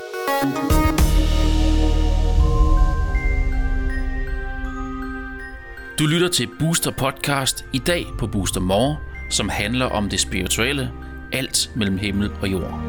Du lytter til Booster Podcast i dag på Booster More, som handler om det spirituelle, alt mellem himmel og jord.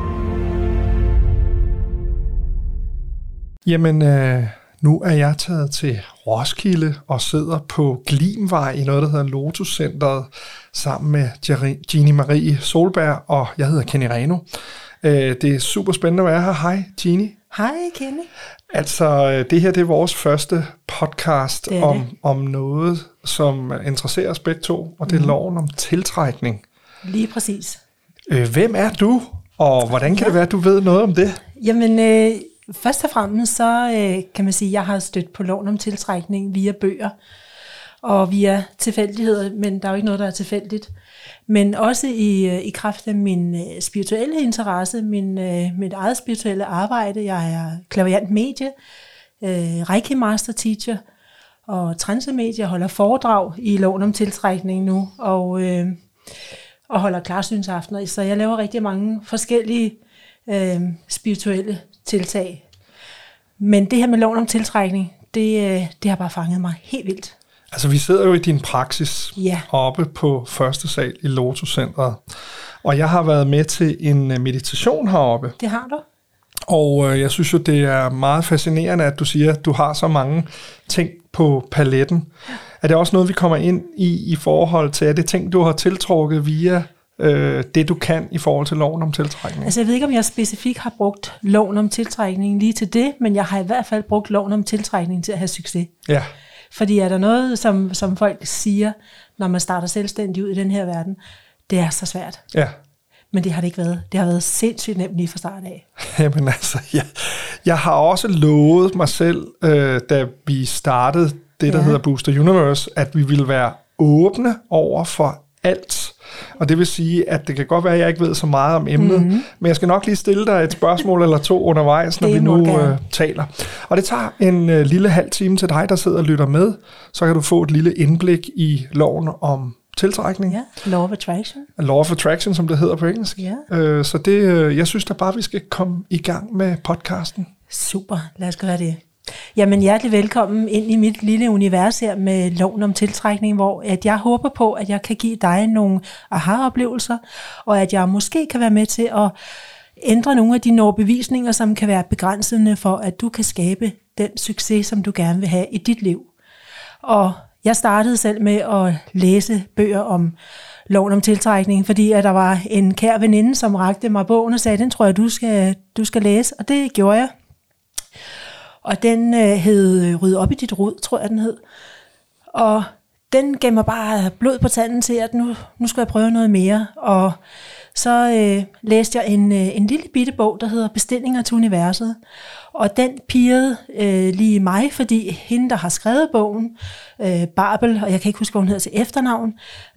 Jamen, nu er jeg taget til Roskilde og sidder på Glimvej i noget, der hedder Lotus Centeret, sammen med Jeannie Marie Solberg, og jeg hedder Kenny Reno. Det er super spændende at være her. Hej, Jeannie. Hej, Kenny. Altså, det her det er vores første podcast om noget, som interesserer os begge to, og det er loven om tiltrækning. Lige præcis. Hvem er du, og hvordan kan det være, at du ved noget om det? Jamen, først og fremmest så kan man sige, at jeg har stødt på loven om tiltrækning via bøger og via tilfældigheder, men der er jo ikke noget, der er tilfældigt. Men også i kraft af min spirituelle interesse, mit eget spirituelle arbejde. Jeg er clairvoyant medie, Reiki Master Teacher og transemedie. Jeg holder foredrag i loven om tiltrækning nu, og holder klarsynsaftener. Så jeg laver rigtig mange forskellige spirituelle tiltag. Men det her med loven om tiltrækning, det har bare fanget mig helt vildt. Altså, vi sidder jo i din praksis oppe på første sal i Lotus Centeret, og jeg har været med til en meditation heroppe. Det har du. Og jeg synes jo, det er meget fascinerende, at du siger, at du har så mange ting på paletten. Er det også noget, vi kommer ind i forhold til, at det ting, du har tiltrukket via det, du kan i forhold til loven om tiltrækning? Altså, jeg ved ikke, om jeg specifikt har brugt loven om tiltrækning lige til det, men jeg har i hvert fald brugt loven om tiltrækning til at have succes. Ja. Fordi er der noget, som folk siger, når man starter selvstændig ud i den her verden, det er så svært. Ja. Men det har det ikke været. Det har været sindssygt nemt lige fra start af. Jamen altså, jeg har også lovet mig selv, da vi startede det, der hedder Booster Universe, at vi ville være åbne over for alt. Og det vil sige, at det kan godt være, at jeg ikke ved så meget om emnet, men jeg skal nok lige stille dig et spørgsmål eller to undervejs, når vi nu taler. Og det tager en lille halv time til dig, der sidder og lytter med. Så kan du få et lille indblik i loven om tiltrækning. Ja, Law of Attraction. Law of Attraction, som det hedder på engelsk. Ja. Så det, jeg synes da bare, vi skal komme i gang med podcasten. Super, lad os gøre det. Jamen, hjertelig velkommen ind i mit lille univers her med loven om tiltrækning, hvor at jeg håber på, at jeg kan give dig nogle aha-oplevelser, og at jeg måske kan være med til at ændre nogle af dine overbevisninger, som kan være begrænsende for, at du kan skabe den succes, som du gerne vil have i dit liv. Og jeg startede selv med at læse bøger om loven om tiltrækning, fordi at der var en kær veninde, som rakte mig bogen og sagde, den tror jeg, du skal læse, og det gjorde jeg. Og den hed Ryd op i dit rod, tror jeg den hed. Og den gav mig bare blod på tanden til, at nu skal jeg prøve noget mere. Og så læste jeg en lille bitte bog, der hedder Bestillinger til universet. Og den pirrede lige mig, fordi hende, der har skrevet bogen, Barbel, og jeg kan ikke huske, hvad hun hedder til efternavn,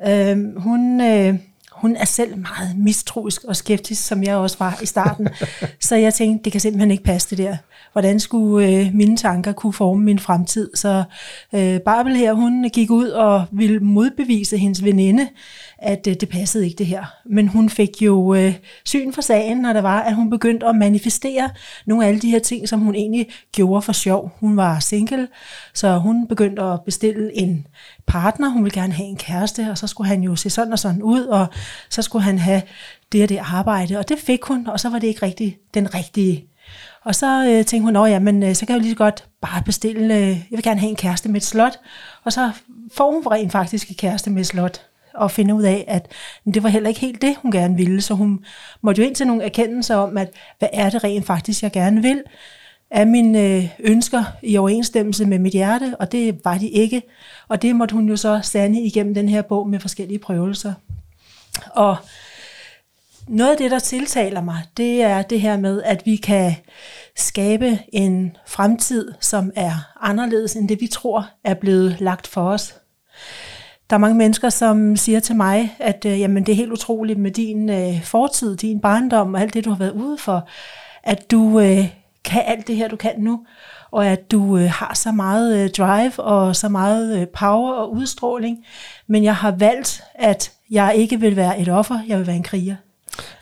hun er selv meget mistroisk og skeptisk, som jeg også var i starten. Så jeg tænkte, det kan simpelthen ikke passe det der. Hvordan skulle mine tanker kunne forme min fremtid? Så Barbel her, hun gik ud og ville modbevise hendes veninde, at det passede ikke det her. Men hun fik jo syn for sagen, når det var, at hun begyndte at manifestere nogle af alle de her ting, som hun egentlig gjorde for sjov. Hun var single, så hun begyndte at bestille en partner. Hun ville gerne have en kæreste, og så skulle han jo se sådan og sådan ud, og så skulle han have det og det arbejde. Og det fik hun, og så var det ikke rigtig den rigtige. Og så tænkte hun, men så kan jeg jo lige så godt bare bestille, jeg vil gerne have en kæreste med et slot. Og så får hun rent faktisk en kæreste med et slot, og finde ud af, at det var heller ikke helt det, hun gerne ville. Så hun måtte jo ind til nogle erkendelser om, at hvad er det rent faktisk, jeg gerne vil? Er mine ønsker i overensstemmelse med mit hjerte? Og det var de ikke. Og det måtte hun jo så sande igennem den her bog med forskellige prøvelser. Og noget af det, der tiltaler mig, det er det her med, at vi kan skabe en fremtid, som er anderledes end det, vi tror er blevet lagt for os. Der er mange mennesker, som siger til mig, at jamen, det er helt utroligt med din fortid, din barndom og alt det, du har været ude for, at du kan alt det her, du kan nu, og at du har så meget drive og så meget power og udstråling, men jeg har valgt, at jeg ikke vil være et offer, jeg vil være en kriger.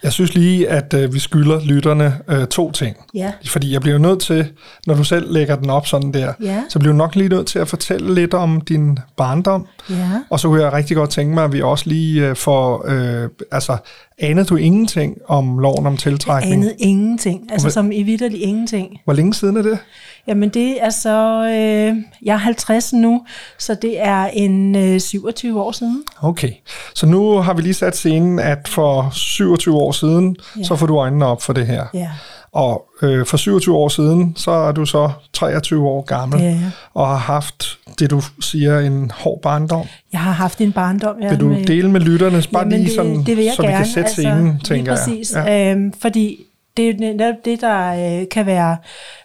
Jeg synes lige, at vi skylder lytterne 2 ting. Ja. Fordi jeg bliver nødt til, når du selv lægger den op sådan der, så bliver du nok lige nødt til at fortælle lidt om din barndom. Ja. Og så kunne jeg rigtig godt tænke mig, at vi også lige får... anede du ingenting om loven om tiltrækning? Jeg anede ingenting. Altså som i vitterlig ingenting. Hvor længe siden er det? Jamen det er så... jeg er 50 nu, så det er en 27 år siden. Okay. Så nu har vi lige sat scenen, at for 27 år siden, så får du øjnene op for det her. Ja. Og for 27 år siden, så er du så 23 år gammel, og har haft, det du siger, en hård barndom. Jeg har haft en barndom. Vil du dele med lytterne, bare lige sådan, det vil jeg så gerne. Vi kan sætte scenen, tænker jeg. Præcis, fordi det er netop det, der kan være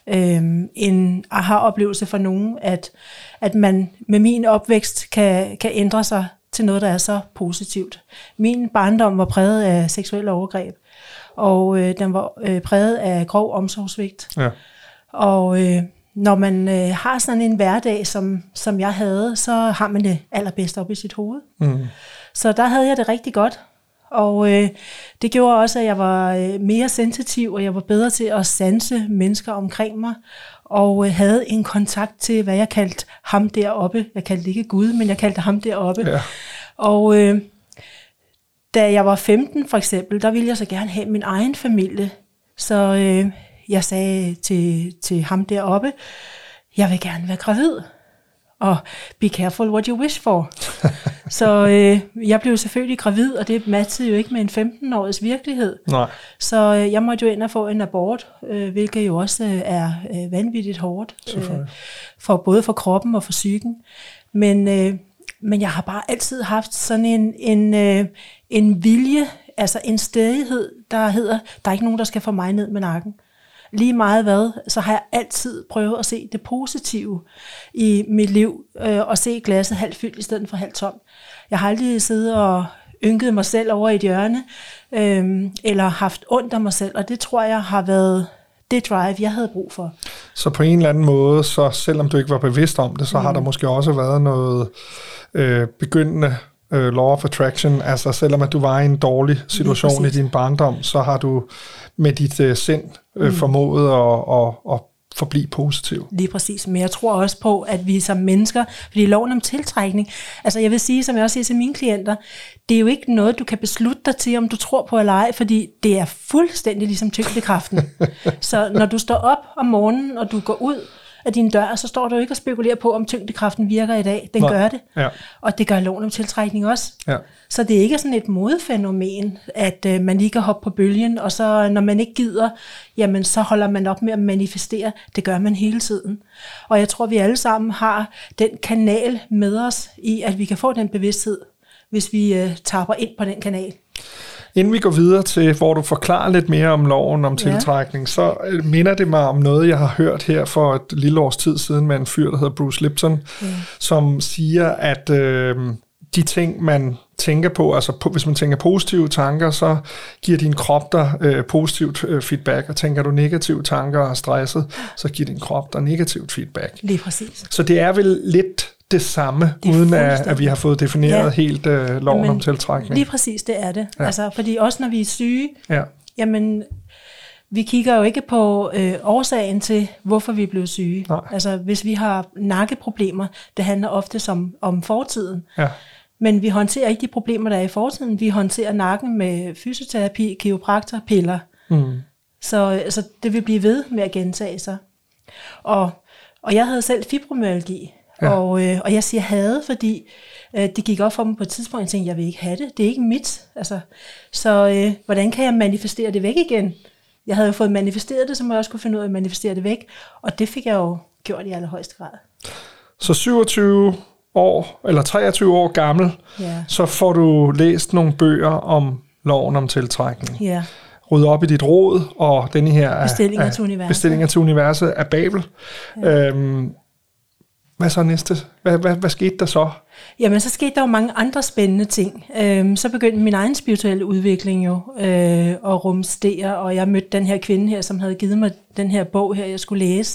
en aha-oplevelse for nogen, at man med min opvækst kan ændre sig til noget, der er så positivt. Min barndom var præget af seksuelle overgreb, og den var præget af grov omsorgssvigt. Ja. Og når man har sådan en hverdag, som jeg havde, så har man det allerbedst op i sit hoved. Mm. Så der havde jeg det rigtig godt. Og det gjorde også, at jeg var mere sensitiv, og jeg var bedre til at sanse mennesker omkring mig, og havde en kontakt til, hvad jeg kaldte ham deroppe. Jeg kaldte ikke Gud, men jeg kaldte ham deroppe. Ja. Og da jeg var 15 for eksempel, der ville jeg så gerne have min egen familie. Så jeg sagde til ham deroppe, jeg vil gerne være gravid. Og be careful what you wish for. Så jeg blev selvfølgelig gravid, og det matchede jo ikke med en 15-årigs virkelighed. Nej. Så jeg måtte jo ind og få en abort, hvilket jo også er vanvittigt hårdt. Både for kroppen og for psyken. Men jeg har bare altid haft sådan en vilje, altså en stædighed, der hedder, der er ikke nogen, der skal få mig ned med nakken. Lige meget hvad, så har jeg altid prøvet at se det positive i mit liv, og se glasset halvt fyldt i stedet for halvt tom. Jeg har aldrig siddet og ynket mig selv over i et hjørne, eller haft ondt af mig selv, og det tror jeg har været det drive, jeg havde brug for. Så på en eller anden måde, så selvom du ikke var bevidst om det, så har der måske også været noget begyndende law of attraction, altså selvom at du var i en dårlig situation i din barndom, så har du med dit sind formået at forblive positiv. Lige præcis, men jeg tror også på, at vi som mennesker, fordi loven om tiltrækning, altså jeg vil sige, som jeg også siger til mine klienter, det er jo ikke noget, du kan beslutte dig til, om du tror på eller ej, fordi det er fuldstændig ligesom tyngdekraften. Så når du står op om morgenen, og du går ud af din dør, så står du ikke og spekulerer på, om tyngdekraften virker i dag. Den gør det. Ja. Og det gør loven om tiltrækning også. Ja. Så det er ikke sådan et modefænomen, at man lige kan hoppe på bølgen, og så når man ikke gider, jamen så holder man op med at manifestere. Det gør man hele tiden. Og jeg tror, vi alle sammen har den kanal med os i, at vi kan få den bevidsthed, hvis vi tapper ind på den kanal. Inden vi går videre til, hvor du forklarer lidt mere om loven om tiltrækning, så minder det mig om noget, jeg har hørt her for et lille års tid siden med en fyr, der hedder Bruce Lipton, som siger, at de ting, man tænker på, altså hvis man tænker positive tanker, så giver din krop dig positivt feedback, og tænker du negative tanker og er stresset, så giver din krop dig negativt feedback. Lige præcis. Så det er vel lidt det samme, uden at vi har fået defineret helt loven om tiltrækning. Lige præcis, det er det. Ja. Altså, fordi også når vi er syge, jamen, vi kigger jo ikke på årsagen til, hvorfor vi blev syge. Nej. Altså, hvis vi har nakkeproblemer, det handler ofte om fortiden. Ja. Men vi håndterer ikke de problemer, der er i fortiden. Vi håndterer nakken med fysioterapi, kiropraktor, piller. Mm. Så det vil blive ved med at gentage sig. Og jeg havde selv fibromyalgi. Ja. Og jeg siger havde, fordi det gik op for mig på et tidspunkt, jeg tænkte, jeg vil ikke have det. Det er ikke mit. Altså, så hvordan kan jeg manifestere det væk igen? Jeg havde jo fået manifesteret det, så må jeg også kunne finde ud af at manifestere det væk. Og det fik jeg jo gjort i allerhøjeste grad. Så 27 år, eller 23 år gammel, så får du læst nogle bøger om loven om tiltrækning. Ja. Rydde op i dit råd, og denne her Bestillinger til universet af Babel. Ja. Hvad så næste? Hvad skete der så? Jamen, så skete der jo mange andre spændende ting. Så begyndte min egen spirituelle udvikling jo at rumstere, og jeg mødte den her kvinde her, som havde givet mig den her bog her, jeg skulle læse.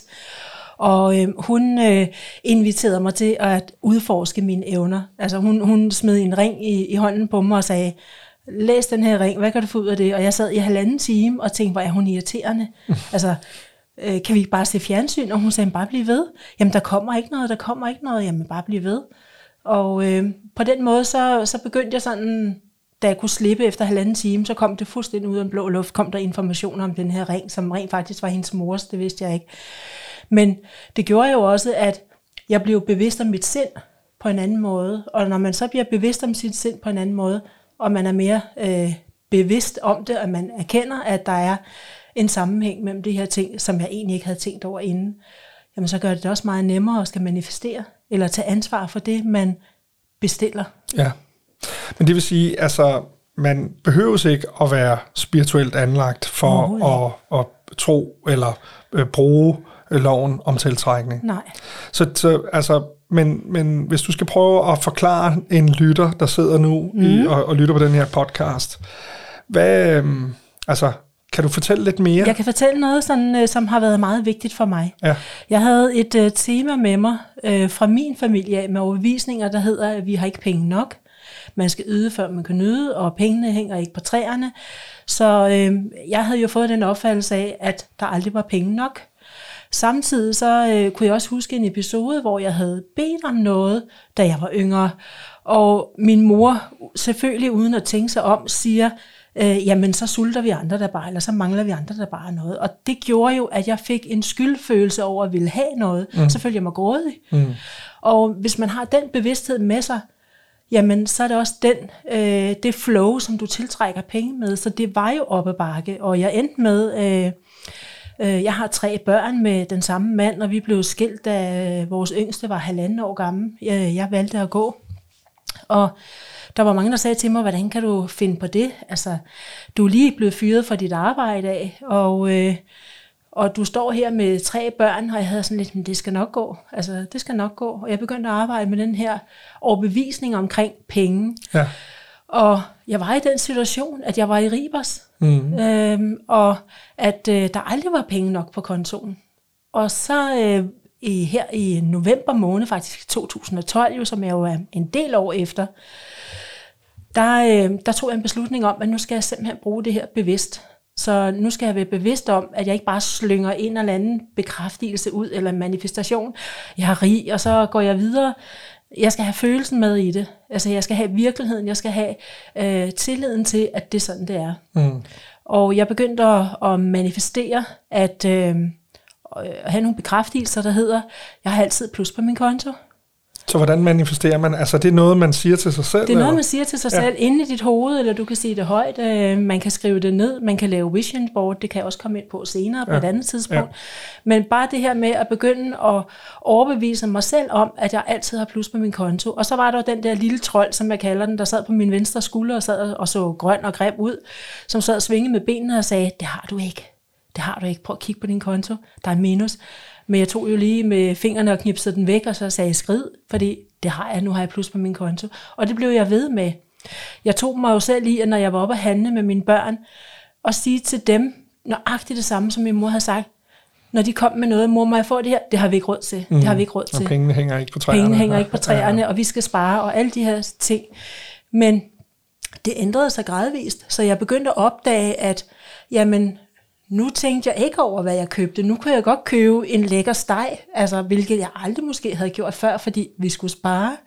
Og hun inviterede mig til at udforske mine evner. Altså hun smed en ring i hånden på mig og sagde, læs den her ring, hvad kan du få ud af det? Og jeg sad i 1,5 time og tænkte, hvor er hun irriterende. Altså, kan vi ikke bare se fjernsyn? Og hun sagde, bare bliv ved. Jamen, der kommer ikke noget. Jamen, bare bliv ved. Og på den måde, så begyndte jeg sådan, da jeg kunne slippe efter 1,5 time, så kom det fuldstændig ud af en blå luft, kom der informationer om den her ring, som rent faktisk var hendes mors, det vidste jeg ikke. Men det gjorde jo også, at jeg blev bevidst om mit sind på en anden måde. Og når man så bliver bevidst om sit sind på en anden måde, og man er mere bevidst om det, og man erkender, at der er en sammenhæng mellem de her ting, som jeg egentlig ikke havde tænkt over inden, jamen så gør det også meget nemmere at skal manifestere, eller tage ansvar for det, man bestiller. Ja, men det vil sige, altså, man behøves ikke at være spirituelt anlagt for at tro eller bruge loven om tiltrækning. Nej. Så altså, men hvis du skal prøve at forklare en lytter, der sidder nu og lytter på den her podcast, hvad, altså, kan du fortælle lidt mere? Jeg kan fortælle noget, sådan, som har været meget vigtigt for mig. Ja. Jeg havde et tema med mig fra min familie med overbevisninger, der hedder, at vi har ikke penge nok. Man skal yde, før man kan nyde, og pengene hænger ikke på træerne. Så jeg havde jo fået den opfattelse af, at der aldrig var penge nok. Samtidig så kunne jeg også huske en episode, hvor jeg havde bedt om noget, da jeg var yngre. Og min mor, selvfølgelig uden at tænke sig om, siger, jamen så sulter vi andre der bare, eller så mangler vi andre der bare noget. Og det gjorde jo, at jeg fik en skyldfølelse over at ville have noget. Så følte jeg mig grådig. Og hvis man har den bevidsthed med sig, jamen så er det også det flow, som du tiltrækker penge med. Så det var jo op ad bakke, og jeg endte med... Jeg har 3 børn med den samme mand, og vi blev skilt, da vores yngste var 1,5 år gammel. Jeg valgte at gå. Og der var mange, der sagde til mig, hvordan kan du finde på det? Altså, du er lige blevet fyret fra dit arbejde af, og du står her med 3 børn, og jeg havde sådan lidt, men det skal nok gå. Altså, det skal nok gå. Og jeg begyndte at arbejde med den her overbevisning omkring penge. Ja. Og jeg var i den situation, at jeg var i Ribers, og at der aldrig var penge nok på kontoen. Og så her i november måned, faktisk 2012, jo, som jeg jo er en del år efter, der tog jeg en beslutning om, at nu skal jeg simpelthen bruge det her bevidst. Så nu skal jeg være bevidst om, at jeg ikke bare slynger en eller anden bekræftelse ud, eller manifestation. Jeg er rig, og så går jeg videre. Jeg skal have følelsen med i det. Altså, jeg skal have virkeligheden. Jeg skal have tilliden til, at det er sådan, det er. Og jeg begyndte at manifestere, at have nogle bekræftelser, der hedder, jeg har altid plus på min konto. Så hvordan manifesterer man? Altså, det er noget, man siger til sig selv? Det er noget, man siger til sig selv inde i dit hoved, eller du kan sige det højt. Man kan skrive det ned, man kan lave vision board, det kan jeg også komme ind på senere på et andet tidspunkt. Ja. Men bare det her med at begynde at overbevise mig selv om, at jeg altid har plus på min konto. Og så var der den der lille trold, som jeg kalder den, der sad på min venstre skulder og sad og så grøn og grim ud, som sad og svingede med benene og sagde, det har du ikke. Det har du ikke. Prøv at kigge på din konto. Der er minus. Men jeg tog jo lige med fingrene og knipsede den væk, og så sagde jeg skrid, fordi det har jeg, nu har jeg plus på min konto. Og det blev jeg ved med. Jeg tog mig jo selv i, at når jeg var oppe at handle med mine børn, og sige til dem nøjagtigt det samme, som min mor havde sagt, når de kom med noget, mor, må jeg få det her? Det har vi ikke råd til. Det har vi ikke råd til. Og pengene hænger ikke på træerne. Pengene hænger ikke på træerne, og vi skal spare, og alle de her ting. Men det ændrede sig gradvist, så jeg begyndte at opdage, at jamen, nu tænkte jeg ikke over, hvad jeg købte. Nu kunne jeg godt købe en lækker steg, altså, hvilket jeg aldrig måske havde gjort før, fordi vi skulle spare.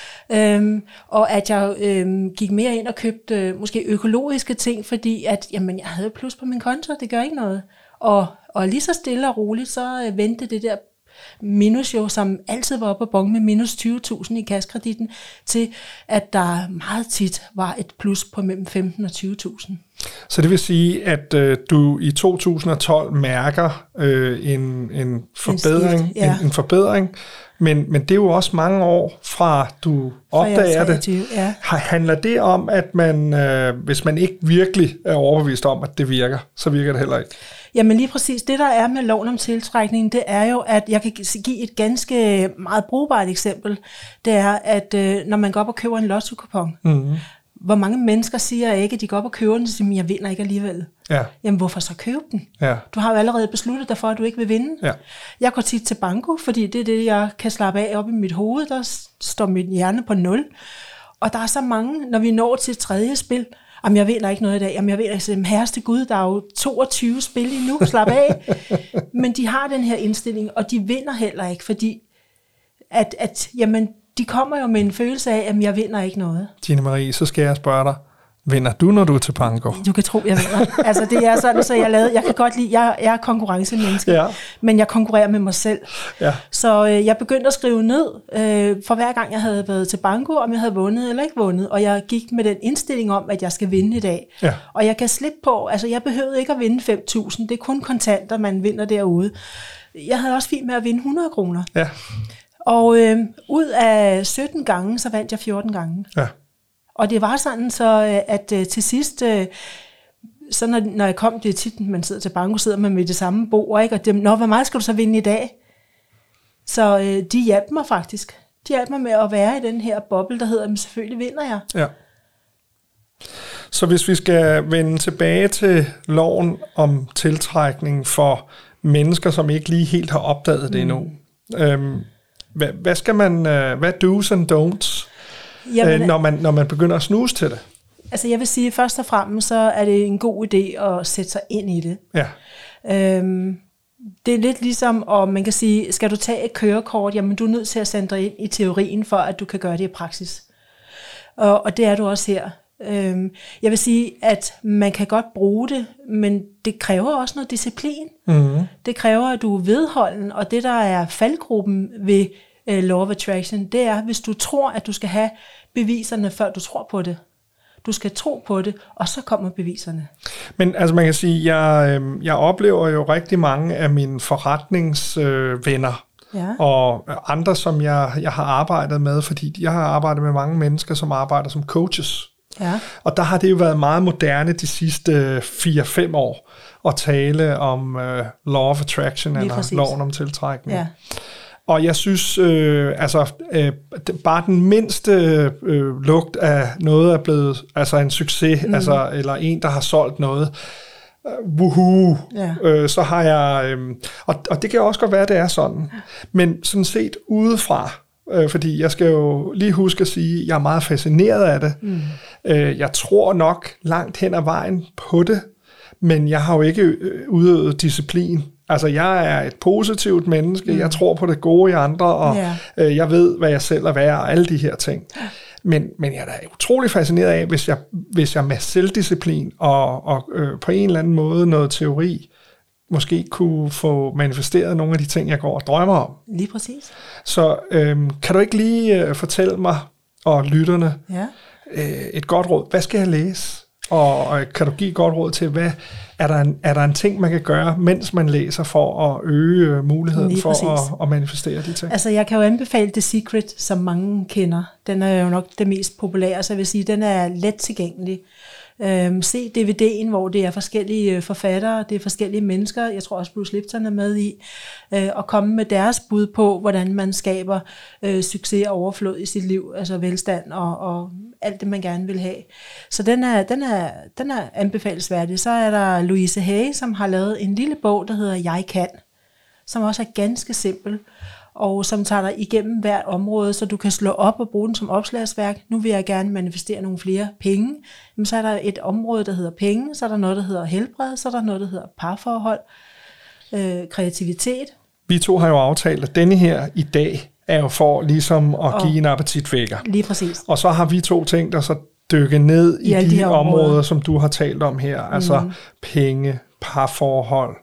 Og at jeg gik mere ind og købte måske økologiske ting, fordi at, jamen, jeg havde plus på min konto, det gør ikke noget. Og lige så stille og roligt, så vendte det der minus jo, som altid var oppe på bonge med minus 20.000 i kaskreditten, til at der meget tit var et plus på mellem 15 og 20.000. Så det vil sige, at du i 2012 mærker en forbedring, en forbedring, men det er jo også mange år fra du opdager 23, det. Ja. Handler det om, at man, hvis man ikke virkelig er overbevist om, at det virker, så virker det heller ikke? Jamen lige præcis. Det, der er med loven om tiltrækning, det er jo, at jeg kan give et ganske meget brugbart eksempel. Det er, at når man går op og køber en lotto-kupon, hvor mange mennesker siger ikke, at de går op og køber den, og siger, jeg vinder ikke alligevel. Ja. Jamen, hvorfor så købe den? Ja. Du har jo allerede besluttet dig for, at du ikke vil vinde. Ja. Jeg går tit til banko, fordi det er det, jeg kan slappe af op i mit hoved. Der står mit hjerne på 0. Og der er så mange, når vi når til 3. spil, Jamen, jeg vinder ikke noget i dag. Jamen, jeg vinder ikke. Herreste Gud, der er jo 22 spil endnu, slap af. Men de har den her indstilling, og de vinder heller ikke, fordi jamen, de kommer jo med en følelse af, at jeg vinder ikke noget. Tine Marie, så skal jeg spørge dig, vinder du, når du er til Pango? Du kan tro, jeg vinder. Altså, det er sådan, så jeg kan godt lide, jeg er konkurrencemenneske, men jeg konkurrerer med mig selv. Ja. Så jeg begyndte at skrive ned, for hver gang jeg havde været til banko, om jeg havde vundet eller ikke vundet, og jeg gik med den indstilling om, at jeg skal vinde i dag. Ja. Og jeg kan slippe på, altså jeg behøvede ikke at vinde 5.000, det er kun kontanter, man vinder derude. Jeg havde også fint med at vinde 100 kroner. Ja. Og ud af 17 gange, så vandt jeg 14 gange. Ja. Og det var sådan, så at til sidst, så når jeg kom, det er tit, man sidder til banko, sidder man med det samme bord, ikke? Og dem, hvor meget skal du så vinde i dag? Så de hjalp mig faktisk. De hjalp mig med at være i den her boble, der hedder, men selvfølgelig vinder jeg. Ja. Så hvis vi skal vende tilbage til loven om tiltrækning for mennesker, som ikke lige helt har opdaget det endnu. Hvad skal man, hvad do's and don'ts, når man begynder at snuse til det? Altså jeg vil sige, først og fremmest, så er det en god idé at sætte sig ind i det. Ja. Det er lidt ligesom, og man kan sige, skal du tage et kørekort, jamen du er nødt til at sende dig ind i teorien, for at du kan gøre det i praksis. Og det er du også her. Jeg vil sige, at man kan godt bruge det, men det kræver også noget disciplin. Mm-hmm. Det kræver, at du er vedholden, og det, der er faldgruppen ved Law of Attraction, det er, hvis du tror, at du skal have beviserne, før du tror på det. Du skal tro på det, og så kommer beviserne. Men altså man kan sige, jeg oplever jo rigtig mange af mine forretningsvenner, og andre, som jeg har arbejdet med, fordi jeg har arbejdet med mange mennesker, som arbejder som coaches. Ja. Og der har det jo været meget moderne de sidste 4-5 år at tale om Law of Attraction, eller loven om tiltrækning. Ja. Og jeg synes, bare den mindste lugt af noget er blevet en succes, eller en, der har solgt noget, så har jeg, og det kan også godt være, at det er sådan, men sådan set udefra, fordi jeg skal jo lige huske at sige, at jeg er meget fascineret af det. Jeg tror nok langt hen ad vejen på det, men jeg har jo ikke udøvet disciplin. Altså, jeg er et positivt menneske, jeg tror på det gode i andre, og jeg ved, hvad jeg selv er værd, og alle de her ting. Men jeg er da utrolig fascineret af, hvis jeg med selvdisciplin og på en eller anden måde noget teori, måske kunne få manifesteret nogle af de ting, jeg går og drømmer om. Lige præcis. Så kan du ikke lige fortælle mig og lytterne et godt råd? Hvad skal jeg læse? Og kan du give et godt råd til, hvad er der en ting, man kan gøre, mens man læser, for at øge muligheden for at manifestere de ting? Altså, jeg kan jo anbefale The Secret, som mange kender. Den er jo nok det mest populære, så jeg vil sige, den er let tilgængelig. Se DVD'en, hvor det er forskellige forfattere, det er forskellige mennesker, jeg tror også Bruce Lipton er med i, og komme med deres bud på, hvordan man skaber succes og overflod i sit liv, altså velstand og alt det, man gerne vil have. Så den er anbefalesværdig. Så er der Louise Hay, som har lavet en lille bog, der hedder Jeg Kan, som også er ganske simpel, og som tager dig igennem hvert område, så du kan slå op og bruge den som opslagsværk. Nu vil jeg gerne manifestere nogle flere penge. Men så er der et område, der hedder penge, så er der noget, der hedder helbred, så er der noget, der hedder parforhold, kreativitet. Vi to har jo aftalt, at denne her i dag er jo for ligesom at give en appetitvækker. Lige præcis. Og så har vi to tænkt os at dykke ned i de områder, som du har talt om her. Altså penge, parforhold.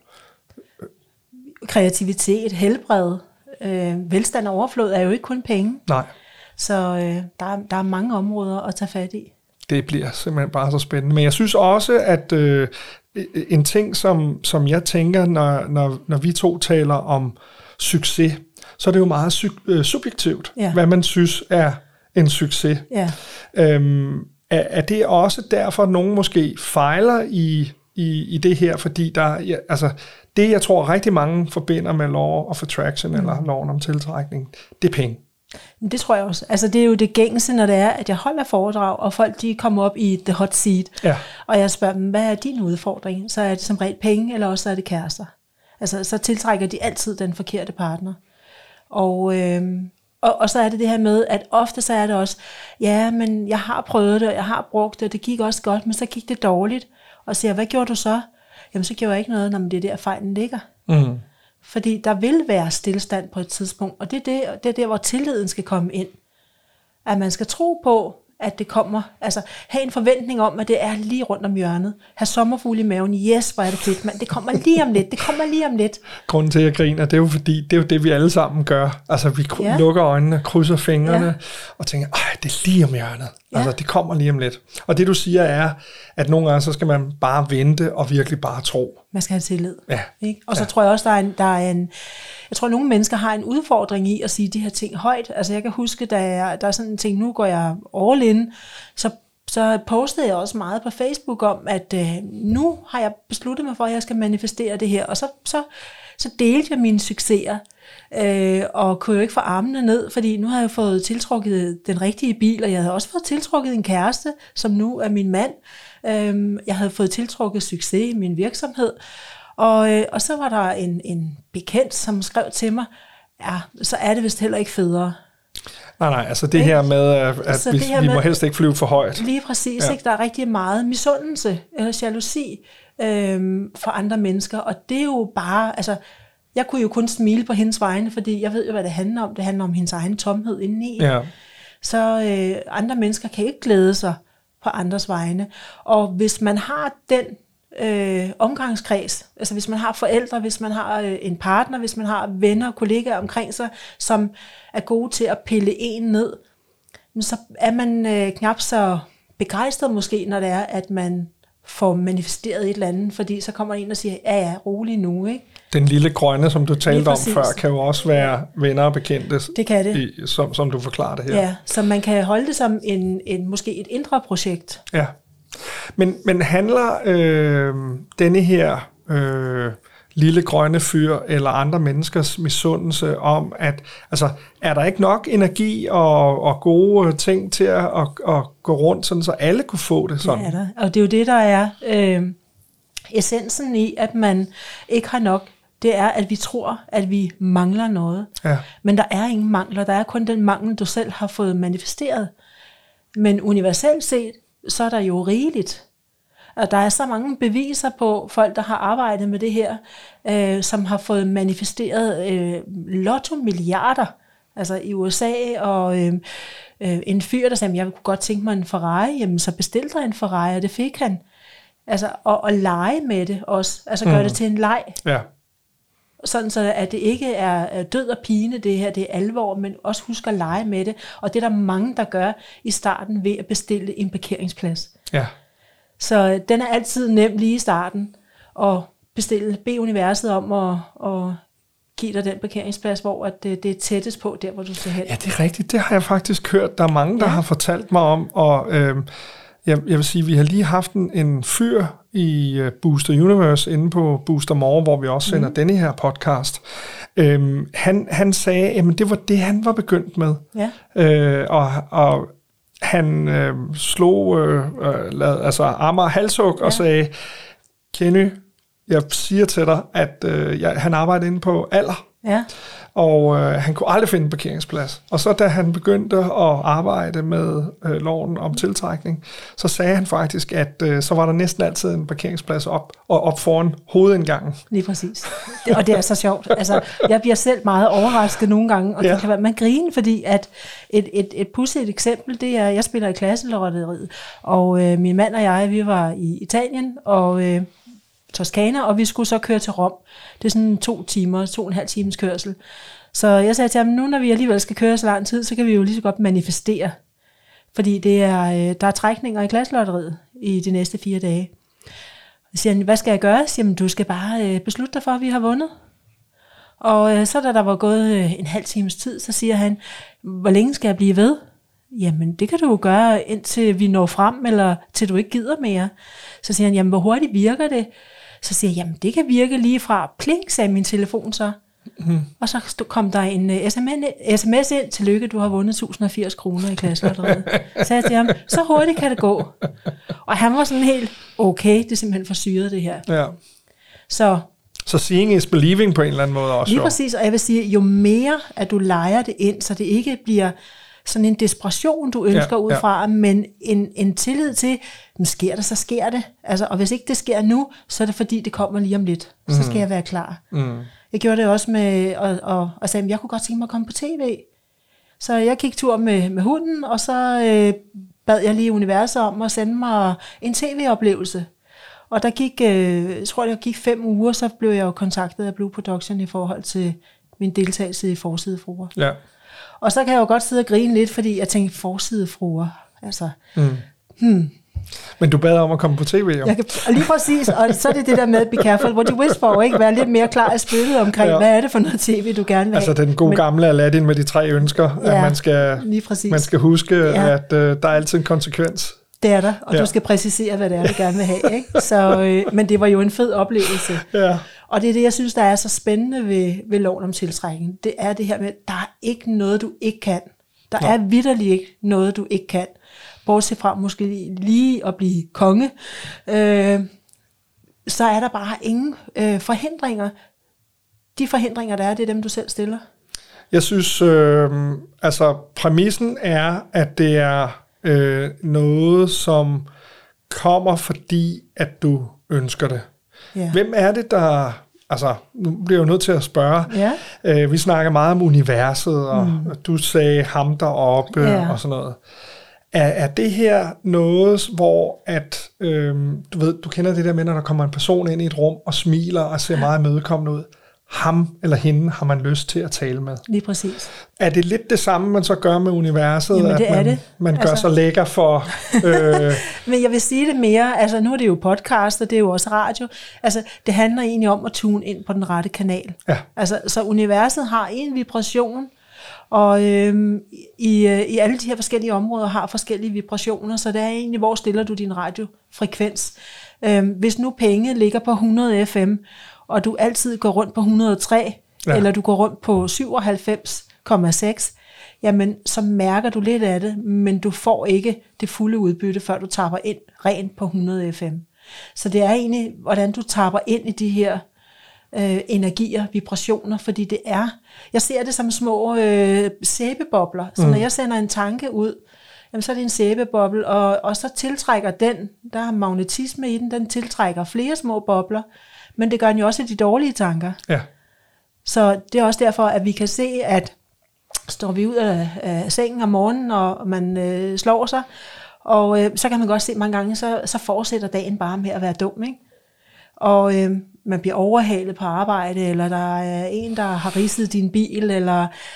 Kreativitet, helbred. Velstand og overflod er jo ikke kun penge. Nej. Så der er mange områder at tage fat i. Det bliver simpelthen bare så spændende. Men jeg synes også, at en ting, som jeg tænker, når vi to taler om succes, så er det jo meget subjektivt, hvad man synes er en succes. Ja. Er det også derfor, at nogen måske fejler i det her, fordi det, jeg tror rigtig mange forbinder med Law of Attraction, eller loven om tiltrækning, det er penge. Det tror jeg også. Altså det er jo det gængse, når det er, at jeg holder foredrag, og folk de kommer op i the hot seat, og jeg spørger dem, hvad er din udfordring? Så er det som regel penge, eller også er det kærester. Altså så tiltrækker de altid den forkerte partner. Og Og så er det her med, at ofte så er det også, ja, men jeg har prøvet det, og jeg har brugt det, og det gik også godt, men så gik det dårligt. Og siger, hvad gjorde du så? Jamen, så gjorde jeg ikke noget, når det er der fejlen ligger. Mm. Fordi der vil være stillestand på et tidspunkt, og det er der, hvor tilliden skal komme ind. At man skal tro på, at det kommer, altså have en forventning om, at det er lige rundt om hjørnet. Have sommerfugle i maven, yes, hvor er det fedt, mand. Det kommer lige om lidt, Grunden til, at jeg griner, det er jo fordi, det er jo det, vi alle sammen gør. Altså, vi lukker øjnene, krydser fingrene, og tænker, det er lige om hjørnet. Ja. Altså, det kommer lige om lidt. Og det, du siger, er, at nogle gange, så skal man bare vente, og virkelig bare tro. Man skal have tillid. Ja. Ikke? Og så tror jeg også, der er en jeg tror, at nogle mennesker har en udfordring i at sige de her ting højt. Altså, jeg kan huske, da der er sådan en ting, nu går jeg all in, så postede jeg også meget på Facebook om, at nu har jeg besluttet mig for, at jeg skal manifestere det her. Og så delte jeg mine succeser, og kunne jo ikke få armene ned, fordi nu har jeg fået tiltrukket den rigtige bil, og jeg havde også fået tiltrukket en kæreste, som nu er min mand. Jeg havde fået tiltrukket succes i min virksomhed, og så var der en bekendt, som skrev til mig, så er det vist heller ikke federe. Nej, altså det her med, at vi må helst ikke flyve for højt. Lige præcis, ikke? Der er rigtig meget misundelse eller jalousi for andre mennesker, og det er jo bare, altså, jeg kunne jo kun smile på hendes vegne, fordi jeg ved jo, hvad det handler om. Det handler om hendes egen tomhed indeni. Ja. Så andre mennesker kan ikke glæde sig på andres vegne. Og hvis man har den omgangskreds, altså hvis man har forældre, hvis man har en partner, hvis man har venner og kollegaer omkring sig, som er gode til at pille en ned, så er man knap så begejstret måske, når det er, at man får manifesteret et eller andet, fordi så kommer en og siger, ja, rolig nu, ikke? Den lille grønne, som du talte om før, kan jo også være venner og bekendte, det kan det. Som du forklarer det her. Ja, så man kan holde det som måske et indre projekt. Ja. Men handler denne her lille grønne fyr eller andre menneskers misundelse om, at altså, er der ikke nok energi og gode ting til at gå rundt, sådan, så alle kunne få det sådan? Ja, og det er jo det, der er essensen i, at man ikke har nok. Det er, at vi tror, at vi mangler noget. Ja. Men der er ingen mangler. Der er kun den mangel, du selv har fået manifesteret. Men universelt set, så er der jo rigeligt. Og der er så mange beviser på folk, der har arbejdet med det her, som har fået manifesteret lotto-milliarder, altså i USA, og en fyr, der sagde, jeg kunne godt tænke mig en Ferrari, jamen så bestilte der en Ferrari, og det fik han. Altså, og lege med det også, altså gøre det til en leg. Ja. Sådan så, at det ikke er død og pine, det her, det er alvor, men også husk at lege med det. Og det er der mange, der gør i starten ved at bestille en parkeringsplads. Ja. Så den er altid nem lige i starten at bede universet om at give dig den parkeringsplads, hvor det er tættest på, der hvor du skal hen. Ja, det er rigtigt. Det har jeg faktisk hørt. Der er mange, der har fortalt mig om, og jeg vil sige, vi har lige haft en fyr i Booster Universe inde på Booster More, hvor vi også sender denne her podcast. Han sagde, at det var det, han var begyndt med. Ja. Og han slog altså arm og halshug og sagde, Kenny, jeg siger til dig, at han arbejder inde på Aller. Ja. Og han kunne aldrig finde en parkeringsplads. Og så da han begyndte at arbejde med loven om tiltrækning, så sagde han faktisk, at så var der næsten altid en parkeringsplads op foran hovedindgangen. Lige præcis. Og det er så sjovt. Altså, jeg bliver selv meget overrasket nogle gange, og det kan være, man griner, fordi at et pudsigt eksempel, det er, jeg spiller i klasselotteriet, og min mand og jeg, vi var i Italien, og Toskana, og vi skulle så køre til Rom. Det er sådan 2,5 times kørsel. Så jeg sagde til ham, nu når vi alligevel skal køre så lang tid, så kan vi jo lige så godt manifestere. Fordi der er trækninger i klasselotteriet i de næste 4 dage. Så siger han, hvad skal jeg gøre? Så siger, du skal bare beslutte dig for, at vi har vundet. Og så da der var gået en halv times tid, så siger han, hvor længe skal jeg blive ved? Jamen, det kan du jo gøre, indtil vi når frem, eller til du ikke gider mere. Så siger han, jamen, hvor hurtigt virker det? Så siger jeg, jamen, det kan virke lige fra. Plink, sagde min telefon så. Og så kom der en sms ind, tillykke, du har vundet 1080 kroner i klasselotteriet. Så sagde jeg til ham, så hurtigt kan det gå. Og han var sådan helt, okay, det er simpelthen for syret det her. Ja. Så Så seeing is believing på en eller anden måde også. Lige præcis, og jeg vil sige, jo mere at du leger det ind, så det ikke bliver sådan en desperation, du ønsker ud fra, men en tillid til, sker det, så sker det. Altså, og hvis ikke det sker nu, så er det fordi, det kommer lige om lidt. Så skal jeg være klar. Jeg gjorde det også med, og sagde, jeg kunne godt tænke mig at komme på tv. Så jeg gik tur med hunden, og så bad jeg lige universet om at sende mig en tv-oplevelse. Og der gik, jeg tror det gik 5 uger, så blev jeg jo kontaktet af Blue Production i forhold til min deltagelse i Forsidefruer. Ja. Og så kan jeg jo godt sidde og grine lidt, fordi jeg tænkte, Forsidefruer, altså... Men du bad om at komme på tv, jo. Og lige præcis, og så er det der med, be careful what you wish for, ikke? Være lidt mere klar i spillet omkring, hvad er det for noget tv, du gerne vil have. Altså den gode gamle Aladdin med de 3 ønsker, at man skal huske, at der er altid en konsekvens. Det er der, og du skal præcisere, hvad det er, du gerne vil have. Ikke? Så, men det var jo en fed oplevelse. Ja. Og det er det, jeg synes, der er så spændende ved loven om tiltrækning. Det er det her med, der er ikke noget, du ikke kan. Der er vitterligt ikke noget, du ikke kan. Bortset fra måske lige at blive konge. Så er der bare ingen forhindringer. De forhindringer, der er, det er dem, du selv stiller. Jeg synes, altså præmissen er, at det er noget, som kommer fordi, at du ønsker det. Yeah. Hvem er det, der... Altså, nu bliver jeg jo nødt til at spørge. Yeah. Vi snakker meget om universet, og du sagde ham deroppe og sådan noget. Er det her noget, hvor at, du kender det der med, når der kommer en person ind i et rum og smiler og ser meget imødekommende ud? Ham eller hende har man lyst til at tale med. Lige præcis. Er det lidt det samme, man så gør med universet? Jamen, det at man gør sig lækker for... Men jeg vil sige det mere, altså nu er det jo podcast, og det er jo også radio. Altså det handler egentlig om at tune ind på den rette kanal. Ja. Altså, så universet har en vibration, og i alle de her forskellige områder har forskellige vibrationer, så det er egentlig, hvor stiller du din radiofrekvens. Hvis nu penge ligger på 100 FM, og du altid går rundt på 103, eller du går rundt på 97,6, jamen så mærker du lidt af det, men du får ikke det fulde udbytte, før du tapper ind rent på 100 FM. Så det er egentlig, hvordan du tapper ind i de her energier, vibrationer, fordi det er, jeg ser det som små sæbebobler, så når jeg sender en tanke ud, jamen så er det en sæbeboble, og så tiltrækker den, der er magnetisme i den tiltrækker flere små bobler, men det gør den jo også i de dårlige tanker. Ja. Så det er også derfor, at vi kan se, at står vi ud af sengen om morgenen, og man slår sig, og så kan man godt se mange gange, så fortsætter dagen bare med at være dum, ikke? Og man bliver overhalet på arbejde, eller der er en, der har ridset din bil,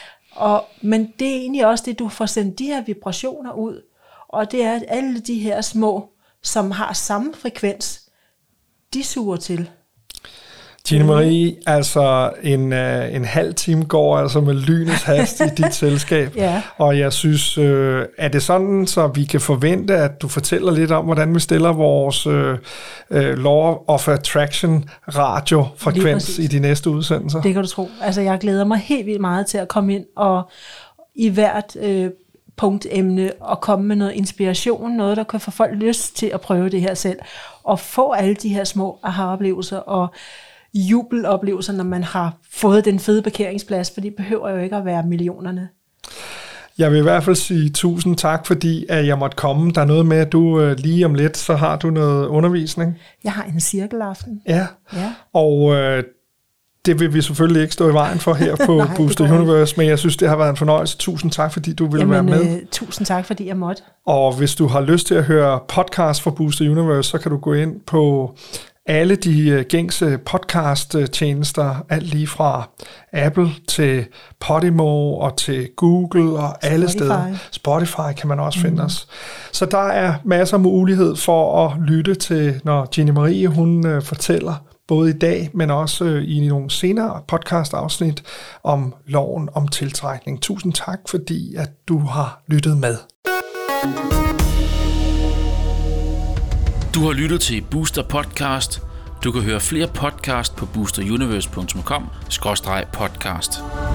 men det er egentlig også det, du får sendt de her vibrationer ud, og det er, at alle de her små, som har samme frekvens, de suger til. Tine Marie, altså en halv time går altså med lynets hast i dit selskab, og jeg synes, er det sådan, så vi kan forvente, at du fortæller lidt om, hvordan vi stiller vores Law of Attraction radiofrekvens i de næste udsendelser? Det kan du tro. Altså jeg glæder mig helt vildt meget til at komme ind og i hvert punktemne og komme med noget inspiration, noget der kan få folk lyst til at prøve det her selv, og få alle de her små aha-oplevelser og jubeloplevelser, når man har fået den fede parkeringsplads, for det behøver jo ikke at være millionerne. Jeg vil i hvert fald sige 1000 tak, fordi at jeg måtte komme. Der er noget med, at du lige om lidt, så har du noget undervisning. Jeg har en cirkelaften. Ja. Og det vil vi selvfølgelig ikke stå i vejen for her på Booster Universe, men jeg synes, det har været en fornøjelse. 1000 tak, fordi du ville være med. 1000 tak, fordi jeg måtte. Og hvis du har lyst til at høre podcast fra Booster Universe, så kan du gå ind på alle de gængse podcast-tjenester, alt lige fra Apple til Podimo og til Google og alle steder. Spotify kan man også finde os. Så der er masser af mulighed for at lytte til, når Tine Marie hun fortæller, både i dag, men også i nogle senere podcast-afsnit om loven om tiltrækning. 1000 tak, fordi at du har lyttet med. Du har lyttet til Booster Podcast. Du kan høre flere podcast på boosteruniverse.com/podcast.